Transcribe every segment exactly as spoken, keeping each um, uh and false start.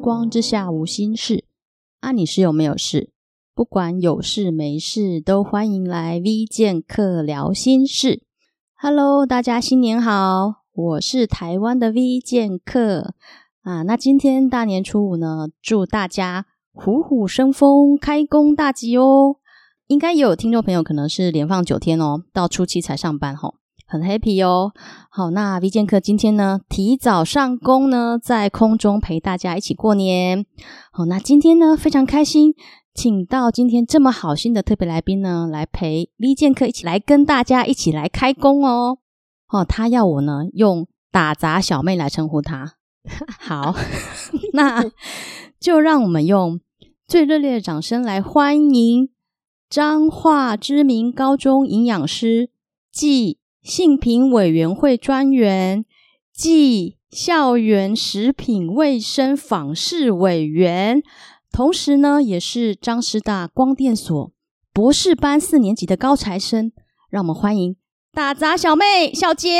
光之下无心事啊，你是有没有事？不管有事没事，都欢迎来 V 剑客聊心事。 Hello， 大家新年好，我是台湾的 V 剑客啊。那今天大年初五呢，祝大家虎虎生风，开工大吉哦。应该也有听众朋友可能是连放九天哦，到初七才上班吼，很 happy 哦。好，那 V 剑客今天呢提早上工呢，在空中陪大家一起过年。好，那今天呢非常开心，请到今天这么好心的特别来宾呢，来陪 V 剑客一起来跟大家一起来开工哦。哦，他要我呢用打杂小妹来称呼他。好，那就让我们用最热烈的掌声来欢迎彰化知名高中营养师暨性平委员会专员暨校园食品卫生访视委员，同时呢也是彰师大光电所博士班四年级的高材生，让我们欢迎打杂小妹小杰。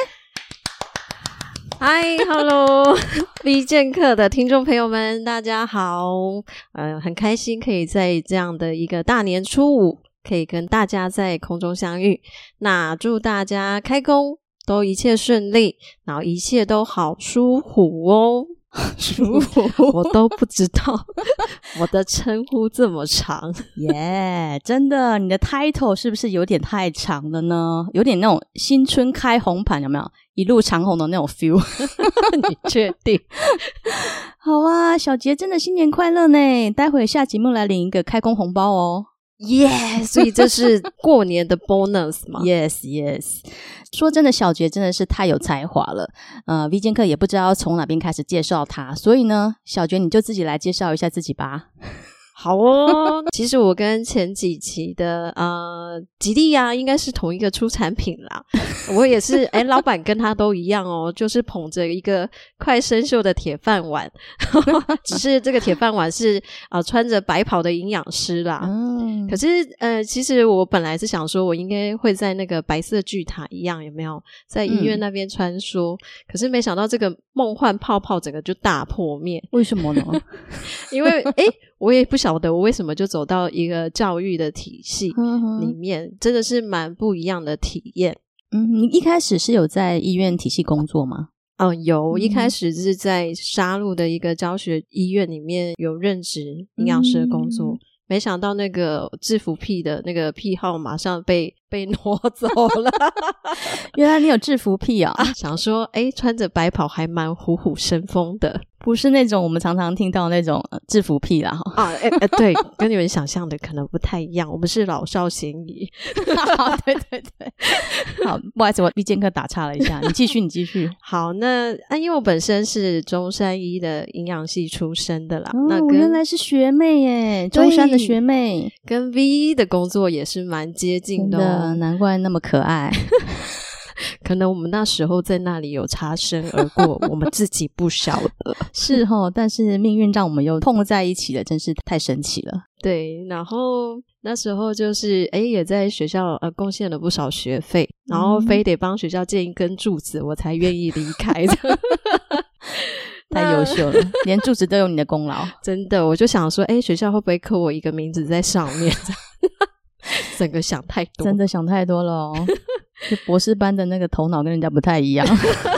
嗨 ，Hello， V 剑客的听众朋友们，大家好。呃，很开心可以在这样的一个大年初五，可以跟大家在空中相遇。那祝大家开工都一切顺利，然后一切都好舒服哦。舒服，我都不知道我的称呼这么长。 耶、yeah, 真的，你的 title 是不是有点太长了呢？有点那种新春开红盘，有没有？一路长红的那种 feel。 你确定？ 好啊，小杰真的新年快乐呢，待会下节目来领一个开工红包哦。 耶、yeah, 所以这是过年的 bonus 吗？ Yes yes。 说真的，小杰真的是太有才华了，呃 V 剑客也不知道从哪边开始介绍他，所以呢小杰你就自己来介绍一下自己吧。 好哦，其实我跟前几期的呃吉利啊应该是同一个出产品啦。我也是诶老板跟他都一样哦，就是捧着一个快生锈的铁饭碗。只是这个铁饭碗是呃穿着白袍的营养师啦。嗯，可是呃其实我本来是想说我应该会在那个白色巨塔一样，有没有在医院那边穿梭、嗯、可是没想到这个梦幻泡泡整个就大破灭。 为什么呢？因为诶我也不晓得我为什么就走到一个教育的体系里面，真的是蛮不一样的体验。 嗯，你一开始是有在医院体系工作吗？ 嗯，有，一开始是在沙鹿的一个教学医院里面有任职营养师的工作、嗯、没想到那个制服癖的那个癖好马上被被挪走了。 原来你有制服癖 啊, 啊想说诶穿着白袍还蛮虎虎生风的， 不是那种我们常常听到那种制服癖啦。 啊诶诶对，跟你们想象的可能不太一样，我们是老少咸宜。 对对对，好，不好意思，我 V 剑客打岔了一下，你继续你继续。 好，那啊因为我本身是中山医的营养系出身的啦、 哦、 那跟我原来是学妹耶，中山的学妹， 跟 V 的工作也是蛮接近的、哦、 真的难怪那么可爱。 可能我们那时候在那里有擦身而过，我们自己不晓得。 是齁，但是命运让我们又碰在一起了，真是太神奇了。 对，然后那时候就是诶也在学校呃贡献了不少学费，然后非得帮学校建一根柱子我才愿意离开的。 太优秀了，连柱子都有你的功劳。 真的，我就想说诶学校会不会刻我一个名字在上面。整个想太多， 真的想太多了哦。就博士班的那个头脑跟人家不太一样。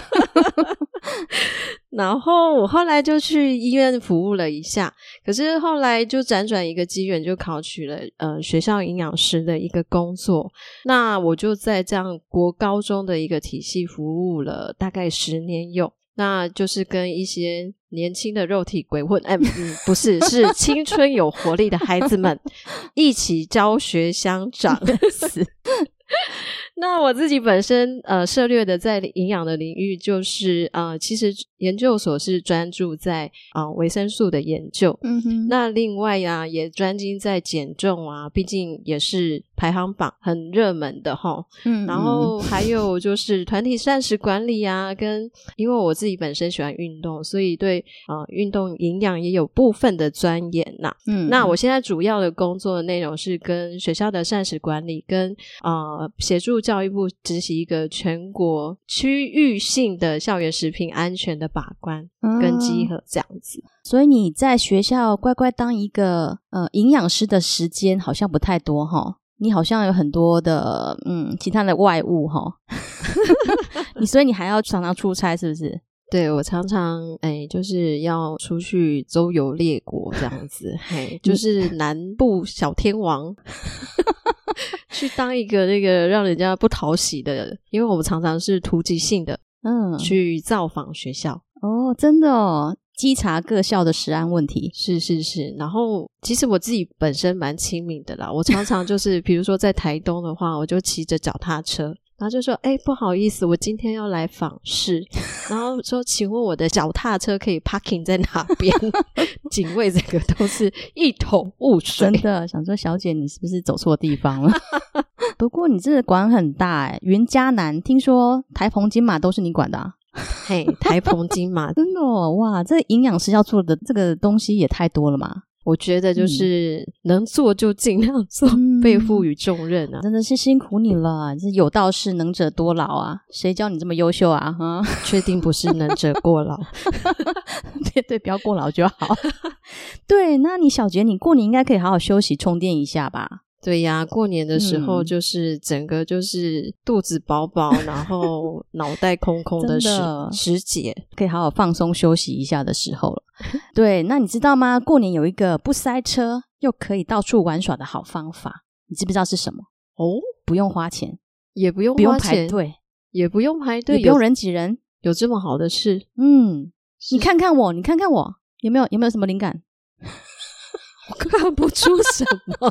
然后我后来就去医院服务了一下，可是后来就辗转一个机缘就考取了呃学校营养师的一个工作，那我就在这样国高中的一个体系服务了大概十年有，那就是跟一些年轻的肉体鬼混，哎，嗯，不是，是青春有活力的孩子们一起教学相长。那我自己本身呃涉猎的在营养的领域就是呃其实研究所是专注在啊、呃、维生素的研究，嗯哼，那另外啊也专精在减重啊，毕竟也是排行榜很热门的齁，嗯，然后还有就是团体膳食管理啊，跟因为我自己本身喜欢运动，所以对呃运动营养也有部分的钻研呐、啊，嗯，那我现在主要的工作的内容是跟学校的膳食管理跟呃呃协助教育部执行一个全国区域性的校园食品安全的把关跟稽核这样子。 嗯，所以你在学校乖乖当一个呃营养师的时间好像不太多齁，你好像有很多的嗯其他的外务齁你所以你还要常常出差是不是？ 对，我常常哎，就是要出去周游列国这样子，嘿，就是南部小天王去当一个那个让人家不讨喜的，因为我们常常是突击性的，嗯，去造访学校。 哦，真的哦，稽查各校的食安问题。 是是是，然后其实我自己本身蛮亲民的啦，我常常就是比如说在台东的话，我就骑着脚踏车，然后就说哎，不好意思，我今天要来访视，然后说请问我的脚踏车可以 parking 在哪边警卫这个都是一头雾水， 真的想说小姐你是不是走错地方了不过你这个管很大耶，云嘉南听说台澎金马都是你管的啊？ 嘿，台澎金马真的哦，哇，这营养师要做的这个东西也太多了嘛。 我觉得就是能做就尽量做，嗯，被赋予重任啊， 真的是辛苦你了，这有道是能者多劳啊，谁教你这么优秀啊？哈， 确定不是能者过劳对对，不要过劳就好对，那你小杰你过年应该可以好好休息充电一下吧？ 对呀，过年的时候就是整个就是肚子饱饱，嗯，然后脑袋空空的时时节， 可以好好放松休息一下的时候了对，那你知道吗？过年有一个不塞车又可以到处玩耍的好方法，你知不知道是什么？ 哦， 不用花钱， 也不用花钱， 不用排队， 也不用排队， 也不用人挤人， 有这么好的事？ 嗯，你看看我，你看看我，有没有有没有什么灵感？ 我看不出什么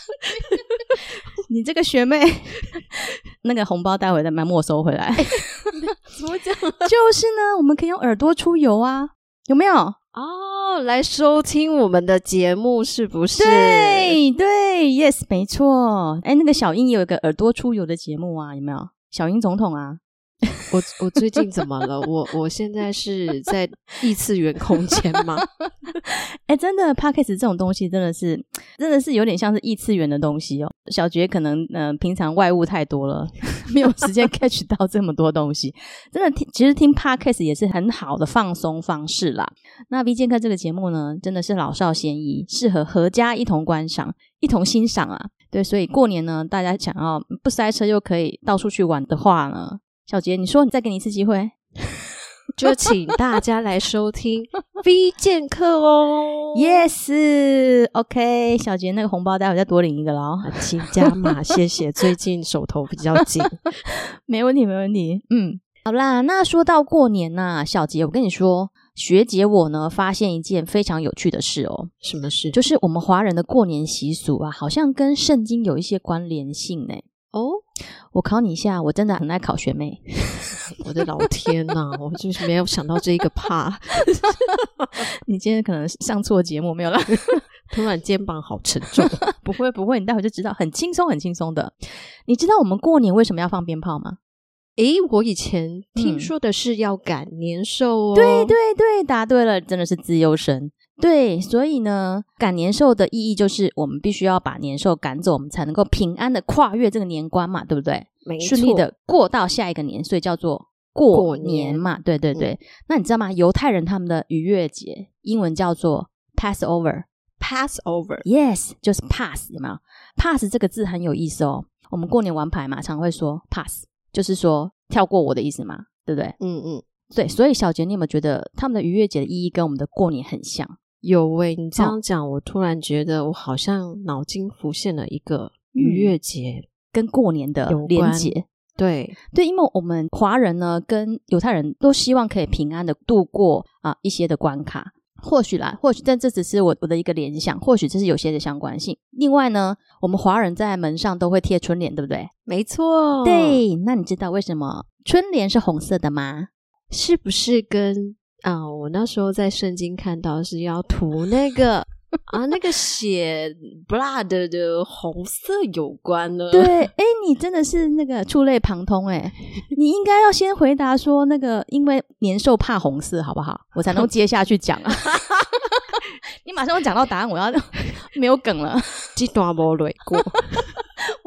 你这个学妹那个红包待会再慢没收回来怎么讲就是呢我们可以用耳朵出游啊，有没有？ 哦，来收听我们的节目是不是？ 对对 yes 没错。诶那个小英也有一个耳朵出游的节目啊，有没有？小英总统啊我我最近怎么了？我我现在是在异次元空间吗？ 哎、欸，真的 Podcast 这种东西真的是真的是有点像是异次元的东西哦。小杰可能呃平常外务太多了，没有时间 catch 到这么多东西。真的听，其实听 Podcast 也是很好的放松方式啦。那 V 健客这个节目呢，真的是老少咸宜，适合合家一同观赏、一同欣赏啊。对，所以过年呢，大家想要不塞车又可以到处去玩的话呢，小杰，你说你再给你一次机会， 就请大家来收听 V 健客哦。 Yes， OK， 小杰那个红包待会再多领一个咯， 请加码，谢谢。最近手头比较紧， 没问题，没问题。嗯，好啦，那说到过年啊，小杰，我跟你说，学姐我呢发现一件非常有趣的事哦。 什么事？ 就是我们华人的过年习俗啊，好像跟圣经有一些关联性呢。哦，我考你一下，我真的很爱考学妹。 我的老天哪，我就是没有想到这一个怕。 你今天可能上错节目没有啦？ 突然肩膀好沉重。 不会不会，你待会就知道，很轻松很轻松的。你知道我们过年为什么要放鞭炮吗？ 诶，我以前听说的是要赶年兽哦。 嗯、对对对，答对了，真的是资优生。对，所以呢，赶年兽的意义就是我们必须要把年兽赶走，我们才能够平安的跨越这个年关嘛，对不对？ 没错， 顺利的过到下一个年，所以叫做过年嘛。年对对对、嗯。那你知道吗？犹太人他们的逾越节英文叫做 Passover。Passover Yes， 就是 pass， 有没有？ Pass 这个字很有意思哦。我们过年玩牌嘛，常会说 pass， 就是说跳过我的意思嘛，对不对？嗯嗯。对，所以小杰，你有没有觉得他们的逾越节的意义跟我们的过年很像？ 有喂、欸，你这样讲、哦，我突然觉得我好像脑筋浮现了一个逾越节、嗯、 跟过年的连结。 对对，因为我们华人呢跟犹太人都希望可以平安的度过啊一些的关卡。或许啦，或许，但这只是我我的一个联想，或许这是有些的相关性。另外呢，我们华人在门上都会贴春联，对不对？ 没错。 对，那你知道为什么春联是红色的吗？ 是不是跟啊，我那时候在圣经看到是要涂那个啊那个血 blood 的红色有关呢？ 对，诶你真的是那个触类旁通诶你应该要先回答说那个因为年兽怕红色好不好？我才能接下去讲啊你马上讲到答案，我要没有梗了， 这段没累过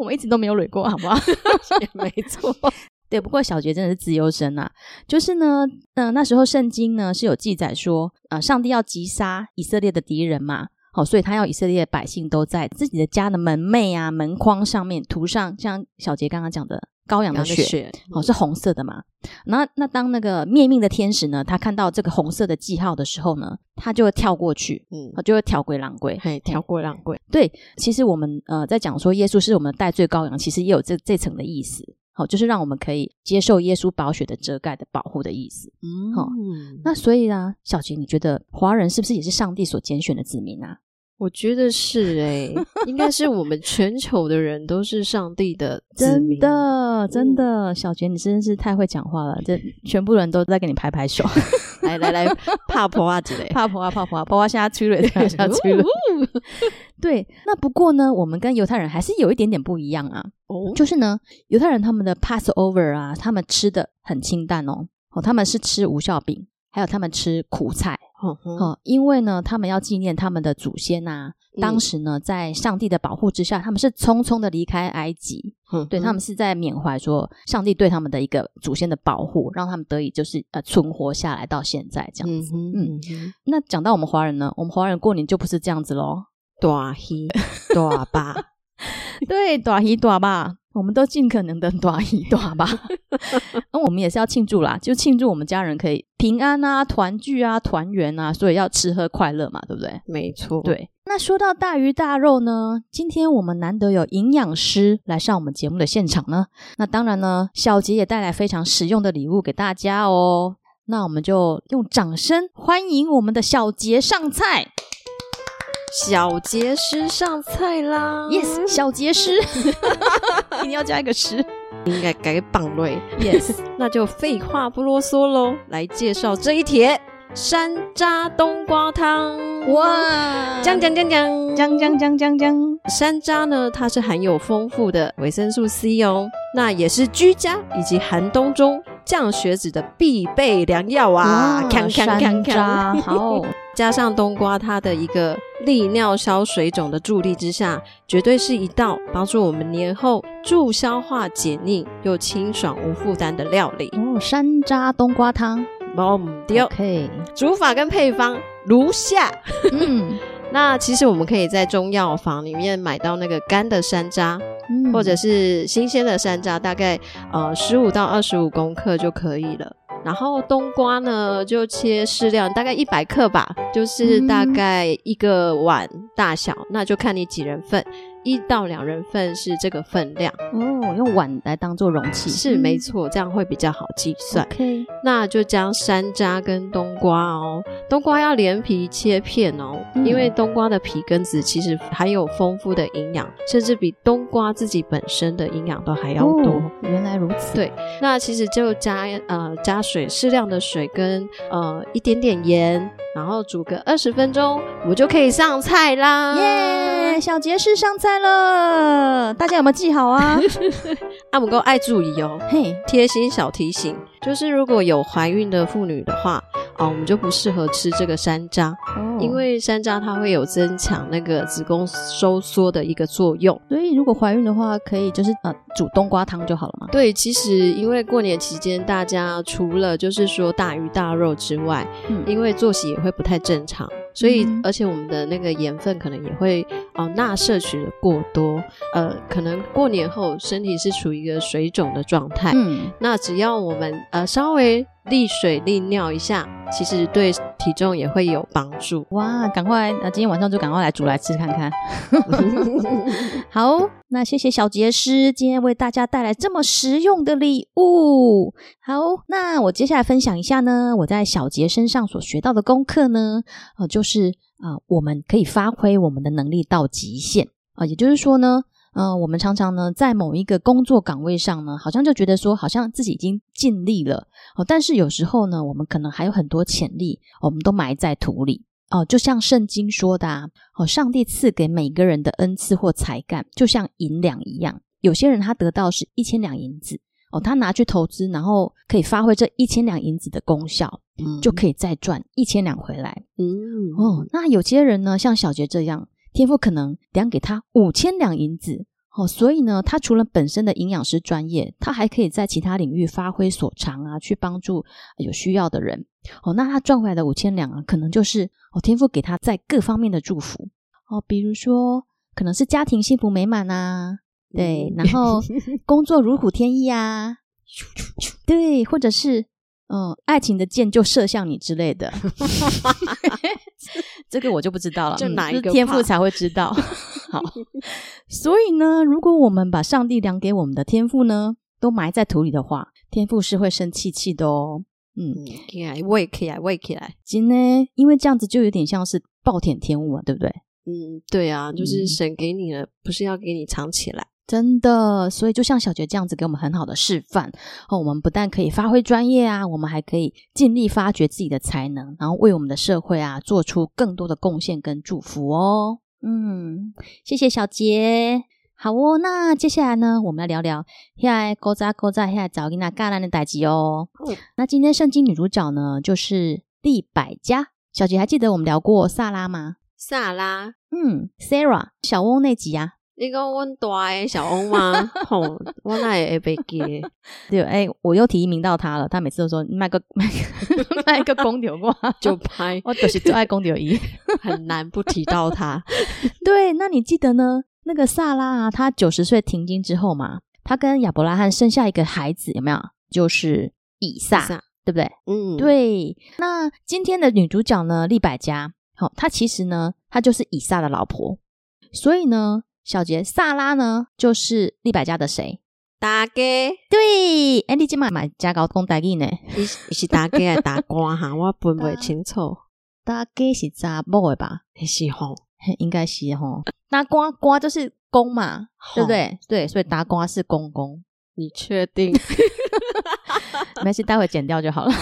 我们一直都没有蕊过好不好？ 没错。 对，不过小杰真的是自由身啊，就是呢呃，那时候圣经呢是有记载说呃，上帝要击杀以色列的敌人嘛，好、哦，所以他要以色列的百姓都在自己的家的门楣啊门框上面涂上像小杰刚刚讲的羔羊的血, 血、嗯哦、是红色的嘛。那那当那个灭命的天使呢，他看到这个红色的记号的时候呢，他就会跳过去，嗯，他就会跳归狼归， 嘿，跳归狼归。 对，其实我们呃在讲说耶稣是我们的代罪羔羊，其实也有这这层的意思。好、哦，就是让我们可以接受耶稣宝血的遮盖的保护的意思。嗯，好、哦，那所以呢，小杰，你觉得华人是不是也是上帝所拣选的子民啊？ 我觉得是诶、欸、应该是我们全球的人都是上帝的子民。 真的真的、嗯、小杰你真是太会讲话了，这全部人都在给你拍拍手。 来来来，怕婆啊之类， 怕婆啊怕婆啊，婆啊现在催泪，现在催泪。对，那不过呢，我们跟犹太人还是有一点点不一样啊。哦，就是呢，犹太人他们的 Passover 啊，他们吃的很清淡哦，哦，他们是吃无酵饼，还有他们吃苦菜。哦、嗯，因为呢，他们要纪念他们的祖先啊，当时呢，在上帝的保护之下，他们是匆匆的离开埃及。嗯，对，他们是在缅怀说上帝对他们的一个祖先的保护，让他们得以就是呃存活下来到现在这样子。嗯, 嗯, 嗯，那讲到我们华人呢，我们华人过年就不是这样子咯， 大鱼大肉。 对，大鱼大肉，我们都尽可能的大鱼大肉。那我们也是要庆祝啦，就庆祝我们家人可以平安啊、团聚啊、团圆啊，所以要吃喝快乐嘛，对不对？ 没错。 对，那说到大鱼大肉呢，今天我们难得有营养师来上我们节目的现场呢，那当然呢，小杰也带来非常实用的礼物给大家哦。那我们就用掌声欢迎我们的小杰上菜。 小杰师上菜啦 Yes 小杰师一定要加一个师， 应该改个棒类 Yes 那就废话不啰嗦咯，来介绍这一帖山楂冬瓜汤。 哇， 讲讲讲讲讲讲讲讲讲， 山楂呢，它是含有丰富的维生素 C 哦，那也是居家以及寒冬中降血脂的必备良药啊！ 看看看看，好， 加上冬瓜它的一个利尿消水肿的助力之下，绝对是一道帮助我们年后助消化解腻又清爽无负担的料理哦。山楂冬瓜汤， 没对 ，OK， 煮法跟配方如下。嗯，那其实我们可以在中药房里面买到那个干的山楂。嗯、或者是新鲜的山楂，大概呃十五到二十五公克就可以了。然后冬瓜呢就切适量，大概一百克吧，就是大概一个碗大小、嗯、那就看你几人份，一到两人份是这个分量哦，用碗来当做容器是、嗯、没错，这样会比较好计算。 OK， 那就将山楂跟冬瓜哦，冬瓜要连皮切片哦、嗯、因为冬瓜的皮跟籽其实含有丰富的营养，甚至比冬瓜自己本身的营养都还要多、哦、 原来如此。 对，那其实就加呃加水，适量的水跟呃一点点盐，然后煮个二十分钟，我们就可以上菜啦。 耶、yeah, 小杰师上菜了，大家有没有记好啊？ 啊不过爱注意哦，嘿，贴心小提醒，就是如果有怀孕的妇女的话哦，我们就不适合吃这个山楂、哦、因为山楂它会有增强那个子宫收缩的一个作用， 所以如果怀孕的话可以就是呃煮冬瓜汤就好了嘛。 对，其实因为过年期间大家除了就是说大鱼大肉之外、嗯、因为作息也会不太正常，所以、嗯、而且我们的那个盐分可能也会哦钠摄取的过多，呃可能过年后身体是处于一个水肿的状态，嗯，那只要我们呃稍微利水利尿一下，其实对体重也会有帮助。 哇，赶快那今天晚上就赶快来煮来吃看看。好，那谢谢小杰师今天为大家带来这么实用的礼物。好，那我接下来分享一下呢我在小杰身上所学到的功课呢呃，就是呃，我们可以发挥我们的能力到极限啊、呃，也就是说呢呃，我们常常呢在某一个工作岗位上呢好像就觉得说好像自己已经尽力了、哦、但是有时候呢我们可能还有很多潜力、哦、我们都埋在土里哦，就像圣经说的啊，哦，上帝赐给每个人的恩赐或才干就像银两一样，有些人他得到是一千两银子哦，他拿去投资，然后可以发挥这一千两银子的功效、嗯、就可以再赚一千两回来。嗯，哦，那有些人呢像小杰这样天父可能量给他五千两银子哦，所以呢，他除了本身的营养师专业，他还可以在其他领域发挥所长啊，去帮助有需要的人。哦，那他赚回来的五千两啊，可能就是哦天父给他在各方面的祝福。哦，比如说可能是家庭幸福美满啊，对，然后工作如虎添翼啊，对，或者是嗯，爱情的箭就射向你之类的。这个我就不知道了， 就哪一个、 嗯、天父才会知道。好，所以呢，如果我们把上帝量给我们的天赋呢，都埋在土里的话，天父是会生气气的哦。嗯， 起来喂起来喂起来， 真的，因为这样子就有点像是暴殄天物嘛，对不对？ 嗯，对啊，就是神给你了，嗯、不是要给你藏起来。 真的，所以就像小杰这样子给我们很好的示范哦，我们不但可以发挥专业啊，我们还可以尽力发掘自己的才能，然后为我们的社会啊做出更多的贡献跟祝福哦。嗯，谢谢小杰。好哦，那接下来呢，我们来聊聊现在古早古早现在早囡仔教咱的代志哦。嗯、那今天圣经女主角呢，就是利百加。小杰还记得我们聊过萨拉吗？ 萨拉， 嗯 ，Sarah 小翁那集啊。 你讲我大的小翁吗？吼、哦，我哪会会记得？ 对，哎、欸，我又提名到他了，他每次都说卖个卖个卖个公牛我就拍， 我就是最爱公牛一， 很难不提到他。 对，那你记得呢？那个萨拉啊，他九十岁停经之后嘛，他跟亚伯拉罕生下一个孩子，有没有？就是以撒，以撒对不对？嗯，对。那今天的女主角呢，利百加，好、哦，她其实呢，她就是以撒的老婆，所以呢。小杰，萨拉呢，就是利百加的谁？ 大家对，哎，你今晚买加高讲大家呢？ 伊是大家还是大官哈？我分不清楚。 大家是查某的吧？ 是吼， 应该是吼。大官官就是公嘛，对不对？对，所以大官是公公。 你确定？ 没事，待会剪掉就好了。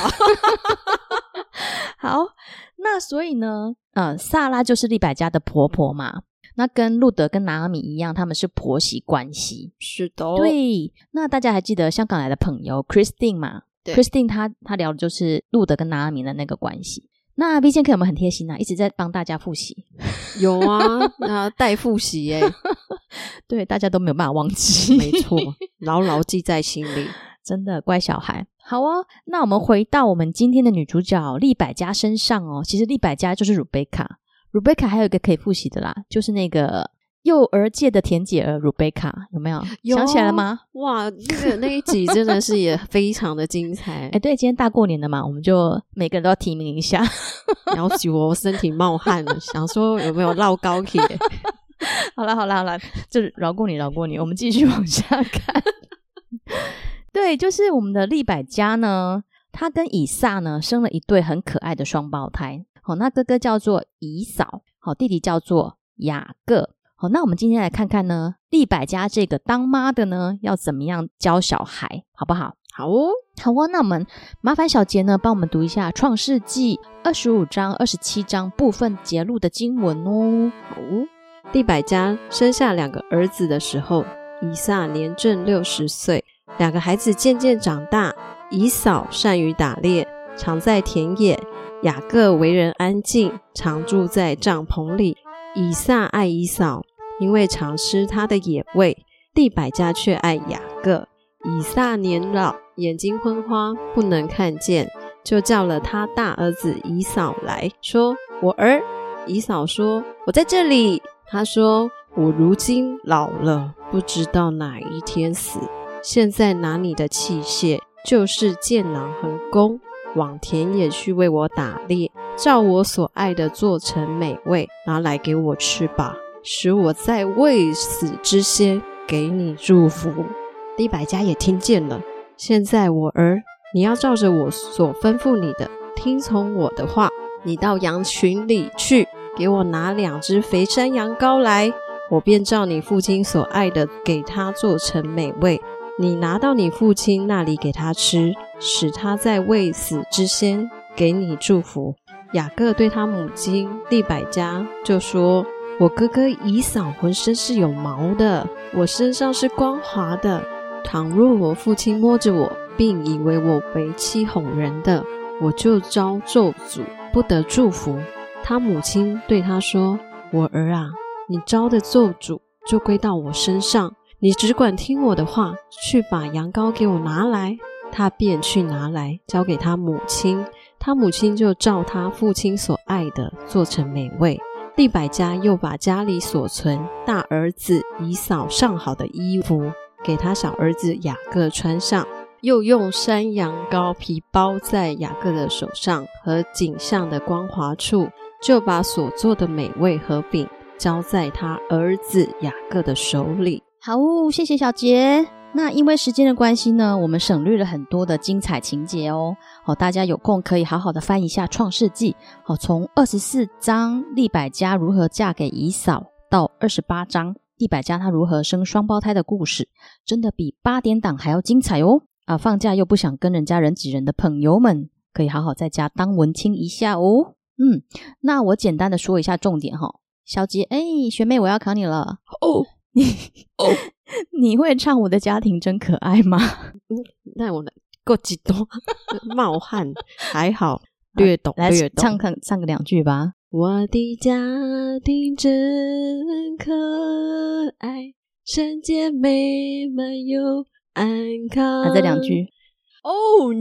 好，那所以呢，呃，萨拉就是利百加的婆婆嘛。那跟路德跟拿俄米一样，他们是婆媳关系。 是的， 对。那大家还记得香港来的朋友 Christine 嘛？对 ，Christine 她她聊的就是路德跟拿俄米的那个关系。那 V 健客有没有很贴心啊？一直在帮大家复习。 有啊，那代复习耶。 对，大家都没有办法忘记。 没错，牢牢记在心里。 真的乖小孩。好哦，那我们回到我们今天的女主角利百加身上哦。其实利百加就是 Rebecca。Rebecca 还有一个可以复习的啦，就是那个幼儿界的甜姐儿 Rebecca， 有没有？有想起来了吗？ 哇，那个那一集真的是也非常的精彩。 哎，对，今天大过年的嘛，我们就每个人都要提名一下。 然后我身体冒汗了，想说有没有绕高铁？ 好啦好啦好啦，就饶过你饶过你，我们继续往下看。对，就是我们的利百加呢，他跟以撒呢生了一对很可爱的双胞胎。好，那哥哥叫做以扫，好，弟弟叫做雅各。好，那我们今天来看看呢，利百加这个当妈的呢，要怎么样教小孩，好不好？ 好哦， 好哦。那我们麻烦小杰呢，帮我们读一下创世纪二十五章、二十七章部分节录的经文哦。 好哦。利百加生下两个儿子的时候，以撒年正六十岁，两个孩子渐渐长大。以扫善于打猎，常在田野。雅各为人安静，常住在帐篷里。以撒爱以扫，因为常吃他的野味。利百加却爱雅各。以撒年老，眼睛昏花，不能看见，就叫了他大儿子以扫来说：“我儿。”以扫说：“我在这里。”他说：“我如今老了，不知道哪一天死。现在拿你的器械，就是箭囊和弓，往田野去为我打猎，照我所爱的做成美味，拿来给我吃吧，使我在未死之先给你祝福。”利百加也听见了。现在我儿，你要照着我所吩咐你的，听从我的话。你到羊群里去，给我拿两只肥山羊羔来，我便照你父亲所爱的给他做成美味。你拿到你父亲那里给他吃，使他在未死之先给你祝福。雅各对他母亲利百加就说：“我哥哥以扫浑身是有毛的，我身上是光滑的。倘若我父亲摸着我，并以为我为欺哄人的，我就遭咒诅，不得祝福。”他母亲对他说：“我儿啊，你遭的咒诅就归到我身上，你只管听我的话，去把羊羔给我拿来。他便去拿来，交给他母亲，他母亲就照他父亲所爱的做成美味。利百加又把家里所存大儿子以扫上好的衣服给他小儿子雅各穿上，又用山羊羔皮包在雅各的手上和颈项的光滑处，就把所做的美味和饼交在他儿子雅各的手里。 好，谢谢小杰。那因为时间的关系呢，我们省略了很多的精彩情节哦。哦，大家有空可以好好的翻一下创世纪，哦，从二十四章利百加如何嫁给以扫，到二十八章利百加她如何生双胞胎的故事，真的比八点档还要精彩哦。啊，放假又不想跟人家人挤人的朋友们，可以好好在家当文青一下哦。嗯，那我简单的说一下重点哈。小杰，哎，学妹，我要考你了哦。你哦，你会唱我的家庭真可爱吗？ 嗯，那我够激动，冒汗，还好，略懂来略懂， 唱个唱个两句吧。 我的家庭真可爱，圣洁美满又安康。 啊，这两句。 Oh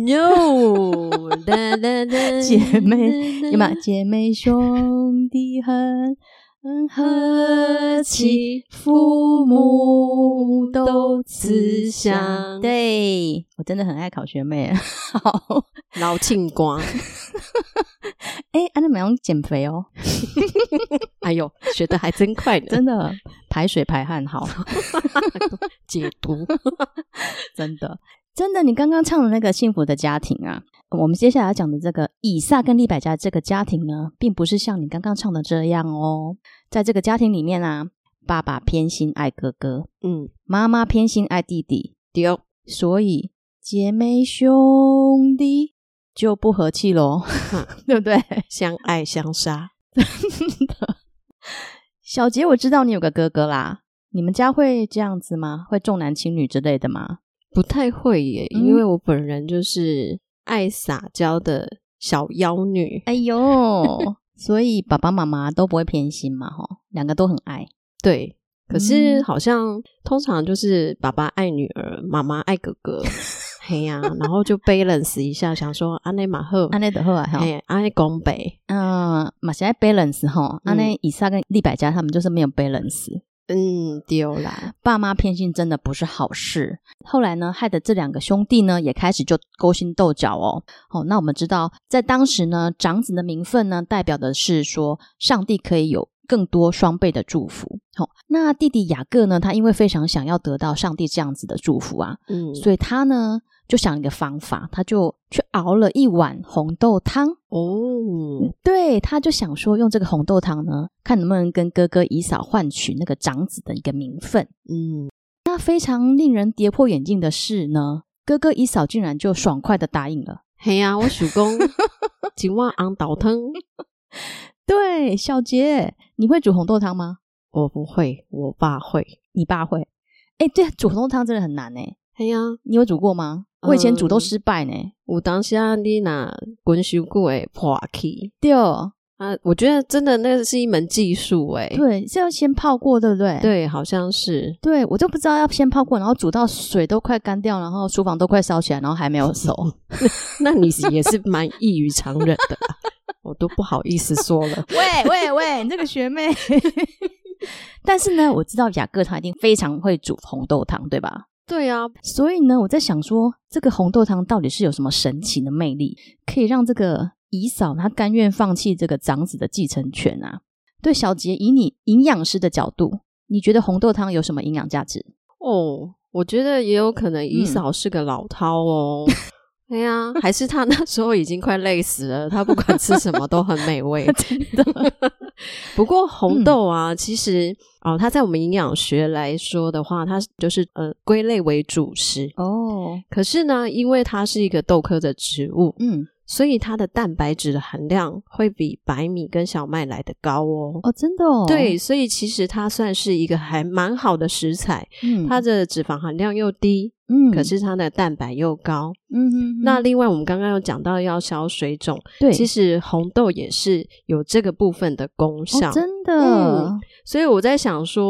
no！ 哒哒哒姐妹有没有？姐妹兄弟很和气，父母都慈祥。对，我真的很爱考学妹。好， 老庆光。 哎，安娜马上减肥哦。 哎呦，学得还真快呢， 真的排水排汗好。 解毒。 真的真的，你刚刚唱的那个幸福的家庭啊，我们接下来要讲的这个以撒跟利百加这个家庭呢，并不是像你刚刚唱的这样哦。在这个家庭里面啊，爸爸偏心爱哥哥，嗯，妈妈偏心爱弟弟， 对， 所以姐妹兄弟就不和气咯，对不对？ 相爱相杀。 真的。小杰，我知道你有个哥哥啦，你们家会这样子吗？会重男轻女之类的吗？ 不太会耶、嗯、因为我本人就是爱撒娇的小妖女。 哎呦，所以爸爸妈妈都不会偏心嘛，两个都很爱。 对，可是好像、嗯、通常就是爸爸爱女儿，妈妈爱哥哥。嘿呀、啊，然后就 balance 一下，想说安内马赫， 安内的赫啊， 嘿，安内公北， 嗯，马现在 balance 哈，安内以撒跟利百加他们就是没有 balance。 嗯，丢啦， 爸妈偏心真的不是好事。后来呢，害得这两个兄弟呢也开始就勾心斗角哦。哦，那我们知道，在当时呢，长子的名分呢，代表的是说上帝可以有更多双倍的祝福。哦，那弟弟雅各呢，他因为非常想要得到上帝这样子的祝福啊，嗯，所以他呢就想一个方法，他就去熬了一碗红豆汤哦。对，他就想说用这个红豆汤呢，看能不能跟哥哥以扫换取那个长子的一个名分。嗯，那非常令人跌破眼镜的是呢，哥哥以扫竟然就爽快的答应了。 嘿啊，我想说一碗红豆汤。 对，小杰，你会煮红豆汤吗？ 我不会，我爸会。 你爸会？哎，对，煮红豆汤真的很难哎。 嘿啊， 你有煮过吗？我以前煮都失败呢。 嗯、有当下你拿滚伤久会破去。 对啊，我觉得真的那个是一门技术诶。 对，是要先泡过，对不对？ 对，好像是。 对，我就不知道要先泡过，然后煮到水都快干掉，然后厨房都快烧起来，然后还没有熟。 那你也是蛮异于常人的啦。我都不好意思说了。 喂喂喂，你这个学妹。但是呢，我知道雅各他一定非常会煮红豆汤，对吧？ 对啊， 所以呢，我在想说，这个红豆汤到底是有什么神奇的魅力，可以让这个以扫他甘愿放弃这个长子的继承权啊？对，小杰，以你营养师的角度，你觉得红豆汤有什么营养价值？ 哦，我觉得也有可能以扫是个老饕哦。哎呀，还是他那时候已经快累死了，他不管吃什么都很美味。 真的。 不过红豆啊、嗯、其实哦，它在我们营养学来说的话，它就是呃归类为主食哦。可是呢，因为它是一个豆科的植物，嗯，所以它的蛋白质的含量会比白米跟小麦来得高哦。 哦，真的哦。 对，所以其实它算是一个还蛮好的食材，嗯，它的脂肪含量又低，嗯，可是它的蛋白又高，嗯哼哼。那另外我们刚刚有讲到要消水肿，对，其实红豆也是有这个部分的功效， 哦、真的、 嗯。所以我在想说，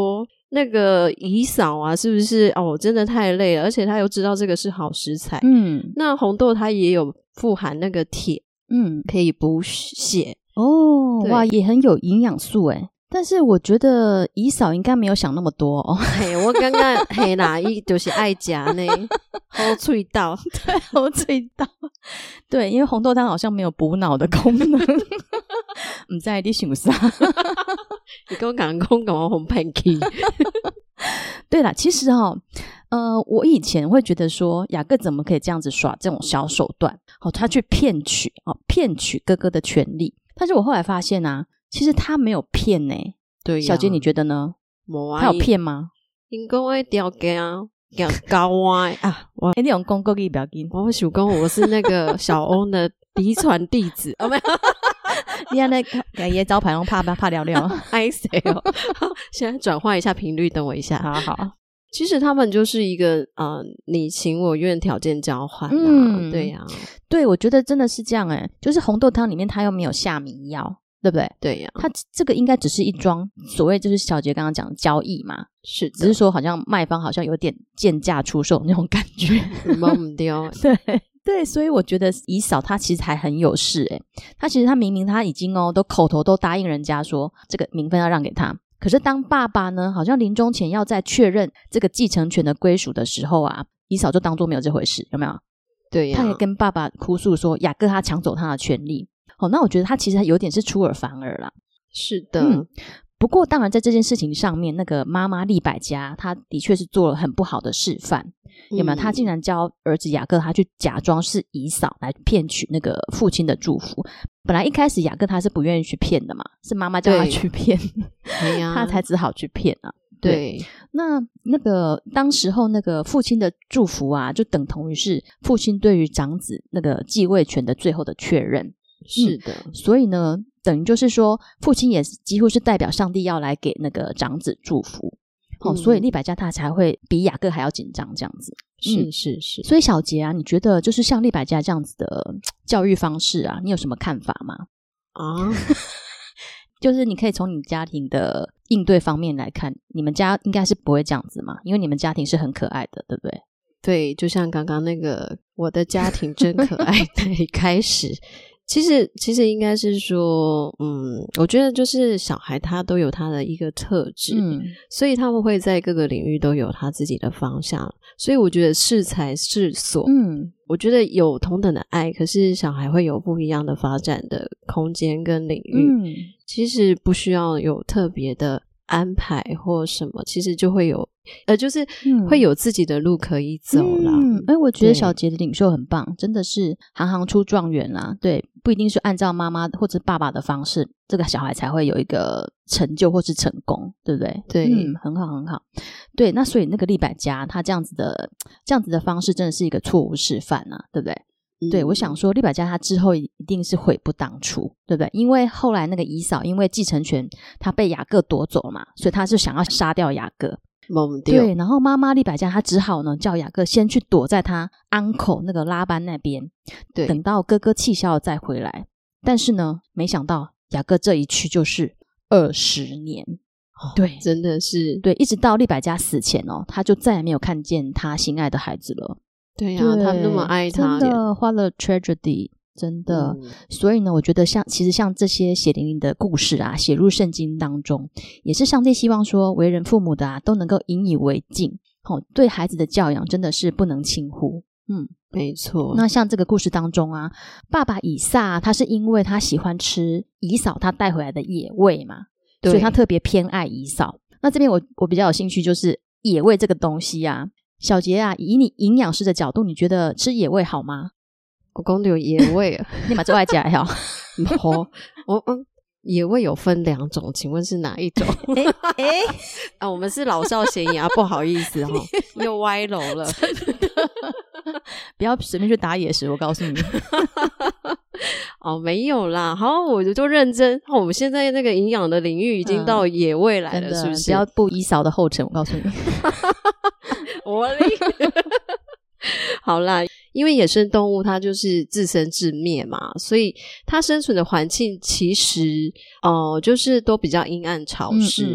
那个姨嫂啊是不是哦真的太累了，而且他又知道这个是好食材， 嗯， 那红豆它也有富含那个铁， 嗯， 可以补血哦，哇，也很有营养素诶。但是我觉得姨嫂应该没有想那么多哦。 嘿，我刚刚嘿啦，伊就是爱吃呢，好脆到， 对，好脆到，对，因为红豆汤好像没有补脑的功能，不知道你想啥？ 你跟我讲讲干嘛红 pancake？ 对啦，其实哦，呃，我以前会觉得说雅各怎么可以这样子耍这种小手段，哦，他去骗取哦，骗取哥哥的权利。但是我后来发现啊，其实他没有骗呢、欸。 对、啊， 小杰你觉得呢？他有骗吗？ 因讲我条件条高歪啊，我哎、欸，你用公国语不要紧。 我想讲我是那个小欧的嫡传弟子，哦没有。 你看那个爷招牌用怕怕怕聊聊， 哎谁哦？现在转换一下频率，等我一下。 好好。 其实他们就是一个呃你情我愿条件交换、啊、嗯，对呀、啊， 对，我觉得真的是这样哎、欸，就是红豆汤里面它又没有下迷药，对不对？ 对呀、 啊，它这个应该只是一桩所谓就是小杰刚刚讲的交易嘛， 是， 只是说好像卖方好像有点贱价出售那种感觉， 懵丢， 对。对，所以我觉得姨嫂她其实还很有事诶，她其实她明明她已经哦都口头都答应人家说这个名分要让给她，可是当爸爸呢好像临终前要再确认这个继承权的归属的时候啊，姨嫂就当作没有这回事，有没有？ 对呀、啊， 她也跟爸爸哭诉说雅各他抢走他的权利。哦，那我觉得他其实有点是出尔反尔啦。 是的。 嗯，不过当然在这件事情上面，那个妈妈利百加她的确是做了很不好的示范。有没有？他竟然教儿子雅各他去假装是姨嫂来骗取那个父亲的祝福。本来一开始雅各他是不愿意去骗的嘛，是妈妈叫他去骗，他才只好去骗啊。对，那那个当时候那个父亲的祝福啊，就等同于是父亲对于长子那个继位权的最后的确认。 是的、 嗯，所以呢，等于就是说，父亲也几乎是代表上帝要来给那个长子祝福。哦，所以利百加他才会比雅各还要紧张这样子。 是是是。 所以小杰啊，你觉得就是像利百加这样子的教育方式啊，你有什么看法吗？ 啊， 就是你可以从你家庭的应对方面来看，你们家应该是不会这样子嘛，因为你们家庭是很可爱的，对不对？ 对，就像刚刚那个我的家庭真可爱的一开始。其实其实应该是说嗯，我觉得就是小孩他都有他的一个特质，嗯，所以他们会在各个领域都有他自己的方向，所以我觉得适才适所，嗯，我觉得有同等的爱，可是小孩会有不一样的发展的空间跟领域，嗯，其实不需要有特别的安排或什么，其实就会有呃，就是会有自己的路可以走啦。 嗯，哎、欸，我觉得小杰的领袖很棒，真的是行行出状元啦。对，不一定是按照妈妈或者爸爸的方式，这个小孩才会有一个成就或是成功，对不对？ 对， 嗯，很好很好。对，那所以那个利百加他这样子的这样子的方式真的是一个错误示范啊，对不对？嗯、对，我想说利百加他之后一定是悔不当初，对不对？因为后来那个姨嫂因为继承权他被雅各夺走嘛，所以他是想要杀掉雅各。对，然后妈妈利百加他只好呢叫雅各先去躲在他 uncle 那个拉班那边，对，等到哥哥气消了再回来。但是呢，没想到雅各这一去就是二十年， 哦、 对， 真的是对，一直到利百加死前哦，他就再也没有看见他心爱的孩子了。 对呀、啊，他那么爱他， 真的花了 tragedy。真的、嗯、所以呢我觉得像其实像这些血淋淋的故事啊写入圣经当中，也是上帝希望说为人父母的啊都能够引以为镜、哦、对孩子的教养真的是不能轻忽。嗯， 没错。 那像这个故事当中啊，爸爸以撒、啊、他是因为他喜欢吃姨嫂他带回来的野味嘛，所以他特别偏爱姨嫂。那这边我我比较有兴趣就是野味这个东西啊，小杰啊，以你营养师的角度，你觉得吃野味好吗？ 我讲到野味啊， 你把这外加好。 我我嗯，野味有分两种，请问是哪一种？ 哎哎、欸欸、 啊，我们是老少咸宜啊，不好意思哈、哦，又歪楼了。 不要随便去打野食，我告诉你。 哦，没有啦，好，我就认真。哦、我们现在那个营养的领域已经到野味来了，嗯、是不是？ 不要步姨嫂的后尘，我告诉你。 我哩。好啦，因为野生动物它就是自生自灭嘛，所以它生存的环境其实呃就是都比较阴暗潮湿。嗯嗯，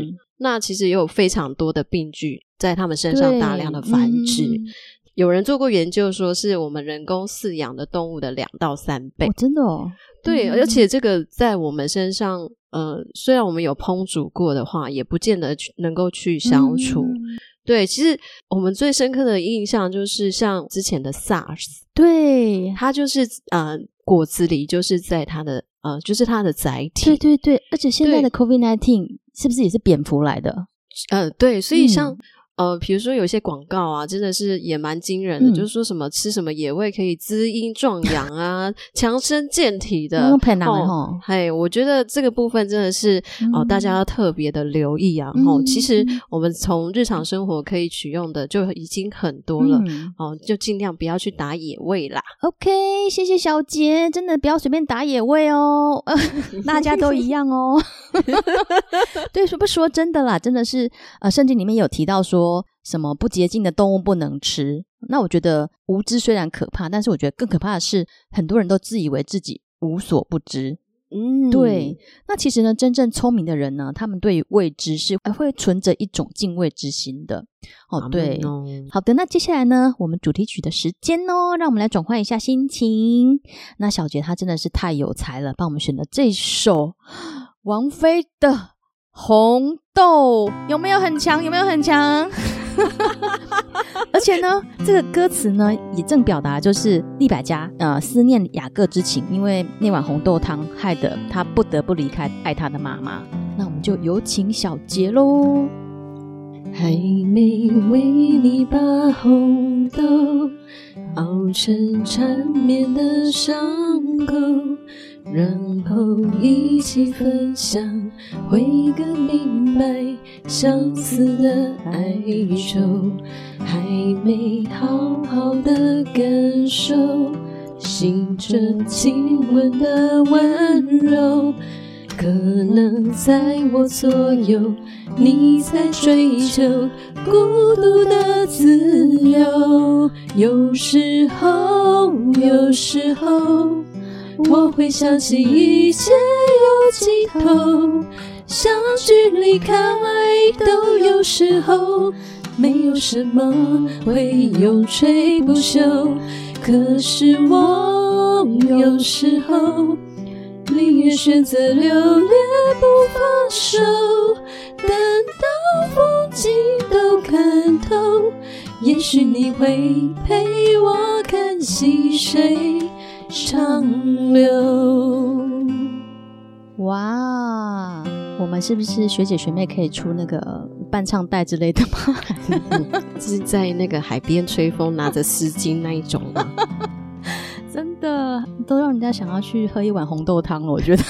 那其实也有非常多的病菌在他们身上大量的繁殖、嗯、有人做过研究说是我们人工饲养的动物的两到三倍、 哦、真的哦。 对、嗯、而且这个在我们身上呃，虽然我们有烹煮过的话也不见得能够去消除、嗯，对，其实我们最深刻的印象就是像之前的 SARS， 对， 它就是呃果子狸就是在它的呃就是它的载体， 对对对，而且现在的 COVID 十九 是不是也是蝙蝠来的？ 呃，对，所以像、嗯呃，比如说有些广告啊，真的是也蛮惊人的、嗯，就是说什么吃什么野味可以滋阴壮阳啊，强身健体的。 哦，骗人的齁。 嘿，我觉得这个部分真的是哦、呃嗯，大家要特别的留意啊。齁、嗯，其实我们从日常生活可以取用的就已经很多了、嗯、哦，就尽量不要去打野味啦。 OK， 谢谢小杰，真的不要随便打野味哦，大家都一样哦。对，说不说真的啦，真的是呃，圣经里面有提到说。什么不洁净的动物不能吃，那我觉得无知虽然可怕，但是我觉得更可怕的是很多人都自以为自己无所不知。嗯，对，那其实呢真正聪明的人呢，他们对于未知是会存着一种敬畏之心的。哦，对，好的，那接下来呢我们主题曲的时间哦，让我们来转换一下心情。那小杰他真的是太有才了，帮我们选了这首王菲的红豆，有没有很强？有没有很强？而且呢这个歌词呢也正表达就是利百加呃思念雅各之情，因为那碗红豆汤害得他不得不离开爱他的妈妈。那我们就有请小杰咯。 还没为你把红豆熬成缠绵的伤口，然后一起分享，会更明白相思的哀愁，还没好好的感受醒着亲吻的温柔，可能在我左右你在追求孤独的自由，有时候有时候我会想起一切有尽头，相聚离开都有时候，没有什么会永垂不朽，可是我有时候宁愿选择留恋不放手，等到风景都看透，也许你会陪我看细水长流。 哇，我们是不是学姐学妹可以出那个伴唱带之类的吗？ 是在那个海边吹风拿着丝巾那一种吗？ 真的都让人家想要去喝一碗红豆汤了，我觉得。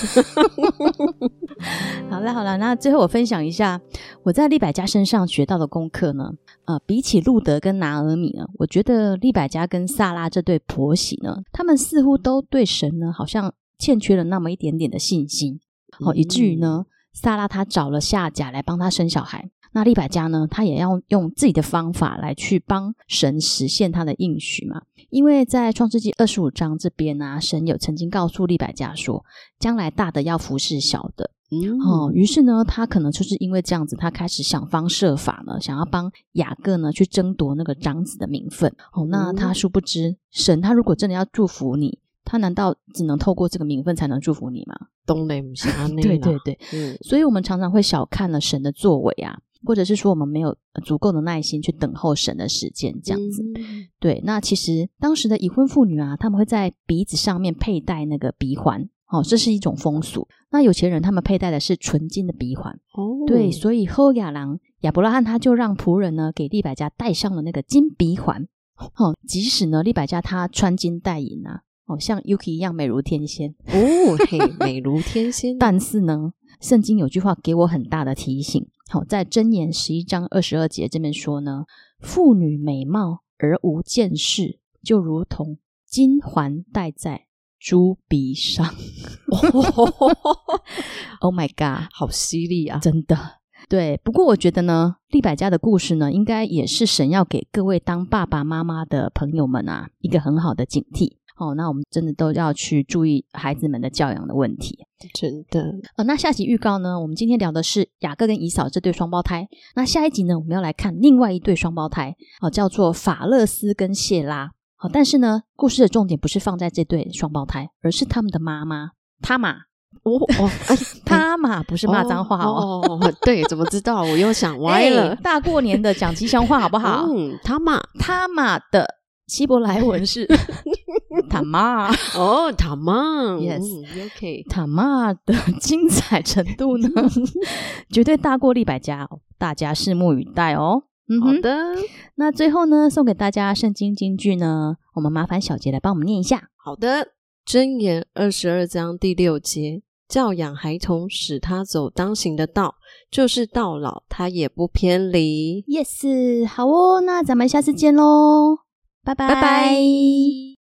好了好了，那最后我分享一下我在利百加身上学到的功课呢。呃，比起路德跟拿俄米呢，我觉得利百加跟萨拉这对婆媳呢，他们似乎都对神呢好像欠缺了那么一点点的信心，哦，以至于呢萨拉她找了夏甲来帮她生小孩，那利百加呢她也要用自己的方法来去帮神实现她的应许嘛。因为在创世纪二十五章这边啊，神有曾经告诉利百加说将来大的要服侍小的，嗯，哦，于是呢他可能就是因为这样子，他开始想方设法呢想要帮雅各呢去争夺那个长子的名分。哦，那他殊不知神他如果真的要祝福你，他难道只能透过这个名分才能祝福你吗？ 当然不是这样。 对对对、嗯、所以我们常常会小看了神的作为啊，或者是说我们没有足够的耐心去等候神的时间这样子、嗯、对。那其实当时的已婚妇女啊，他们会在鼻子上面佩戴那个鼻环，哦，这是一种风俗。那有钱人他们佩戴的是纯金的鼻环，哦，对，所以后亚郎亚伯拉罕他就让仆人呢给利百加戴上了那个金鼻环，哦，即使呢利百加他穿金戴银啊，哦，像 Yuki 一样美如天仙哦，嘿，美如天仙。 但是呢圣经有句话给我很大的提醒，好，在箴言十一章二十二节这边说呢，妇女美貌而无见识，就如同金环戴在猪鼻上。Oh my god， 好犀利啊， 真的。对，不过我觉得呢利百加的故事呢，应该也是神要给各位当爸爸妈妈的朋友们啊一个很好的警惕。 哦，那我们真的都要去注意孩子们的教养的问题。 真的。 呃，那下集预告呢，我们今天聊的是雅各跟以扫这对双胞胎。那下一集呢，我们要来看另外一对双胞胎，哦，叫做法勒斯跟谢拉。好，但是呢，故事的重点不是放在这对双胞胎，而是他们的妈妈他玛。 哦哦，哎， 他玛不是骂脏话哦。 哦，哦对，怎么知道？我又想歪了。 欸、大过年的讲吉祥话好不好？ 嗯，他玛， 他玛的希伯来文是他玛。 哦，他玛 ，yes， OK， 他玛的精彩程度呢，绝对大过利百家哦，大家拭目以待哦。嗯、 好的， 那最后呢，送给大家圣经金句呢，我们麻烦小杰来帮我们念一下。 好的，箴言二十二章第六节，教养孩童，使他走当行的道，就是到老他也不偏离。 Yes， 好哦，那咱们下次见咯，拜拜拜拜。